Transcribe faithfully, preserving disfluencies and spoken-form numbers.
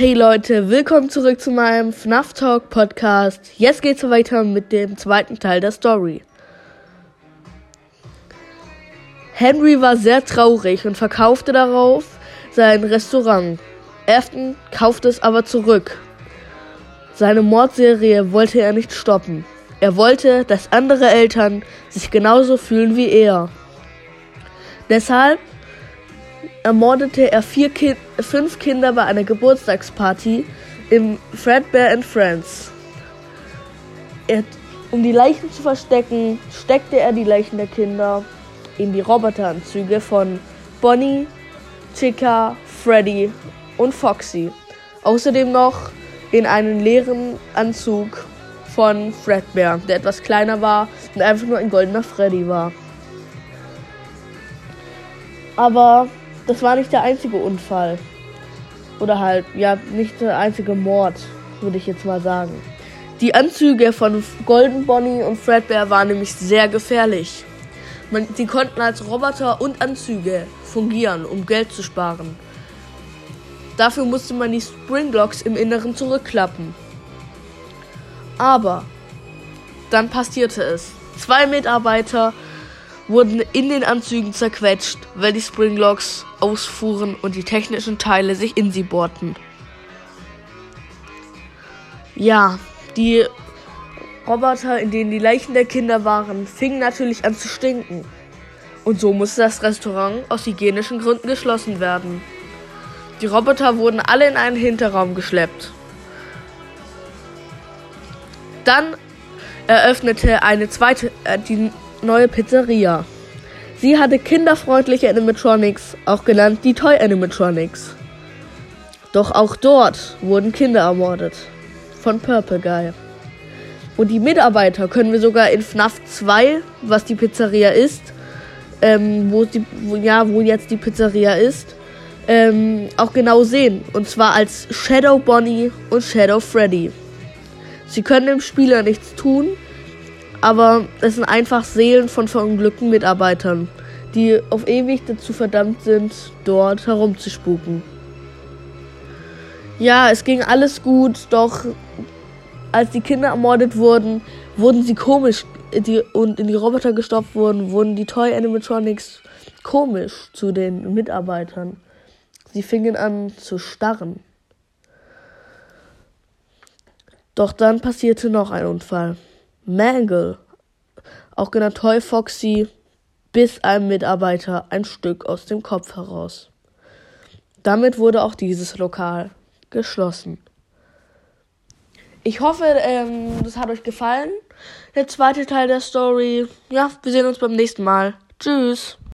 Hey Leute, willkommen zurück zu meinem F NAF Talk Podcast. Jetzt geht's weiter mit dem zweiten Teil der Story. Henry war sehr traurig und verkaufte darauf sein Restaurant. Afton kaufte es aber zurück. Seine Mordserie wollte er nicht stoppen. Er wollte, dass andere Eltern sich genauso fühlen wie er. Deshalb ermordete er vier Ki- fünf Kinder bei einer Geburtstagsparty im Fredbear and Friends. Er, um die Leichen zu verstecken, steckte er die Leichen der Kinder in die Roboteranzüge von Bonnie, Chica, Freddy und Foxy. Außerdem noch in einen leeren Anzug von Fredbear, der etwas kleiner war und einfach nur ein goldener Freddy war. Aber das war nicht der einzige Unfall. Oder halt, ja, nicht der einzige Mord, würde ich jetzt mal sagen. Die Anzüge von Golden Bonnie und Fredbear waren nämlich sehr gefährlich. Man, sie konnten als Roboter und Anzüge fungieren, um Geld zu sparen. Dafür musste man die Springblocks im Inneren zurückklappen. Aber dann passierte es. Zwei Mitarbeiter wurden in den Anzügen zerquetscht, weil die Springlocks ausfuhren und die technischen Teile sich in sie bohrten. Ja, die Roboter, in denen die Leichen der Kinder waren, fingen natürlich an zu stinken. Und so musste das Restaurant aus hygienischen Gründen geschlossen werden. Die Roboter wurden alle in einen Hinterraum geschleppt. Dann eröffnete eine zweite, äh, die neue Pizzeria. Sie hatte kinderfreundliche Animatronics, auch genannt die Toy Animatronics. Doch auch dort wurden Kinder ermordet. Von Purple Guy. Und die Mitarbeiter können wir sogar in F NAF zwei, was die Pizzeria ist, ähm, wo, die, wo, ja, wo jetzt die Pizzeria ist, ähm, auch genau sehen. Und zwar als Shadow Bonnie und Shadow Freddy. Sie können dem Spieler nichts tun, aber es sind einfach Seelen von verunglückten Mitarbeitern, die auf ewig dazu verdammt sind, dort herumzuspuken. Ja, es ging alles gut, doch als die Kinder ermordet wurden, wurden sie komisch die, und in die Roboter gestopft wurden, wurden die Toy Animatronics komisch zu den Mitarbeitern. Sie fingen an zu starren. Doch dann passierte noch ein Unfall. Mangle, auch genannt Toy Foxy, biss einem Mitarbeiter ein Stück aus dem Kopf heraus. Damit wurde auch dieses Lokal geschlossen. Ich hoffe, ähm, das hat euch gefallen. Der zweite Teil der Story. Ja, wir sehen uns beim nächsten Mal. Tschüss.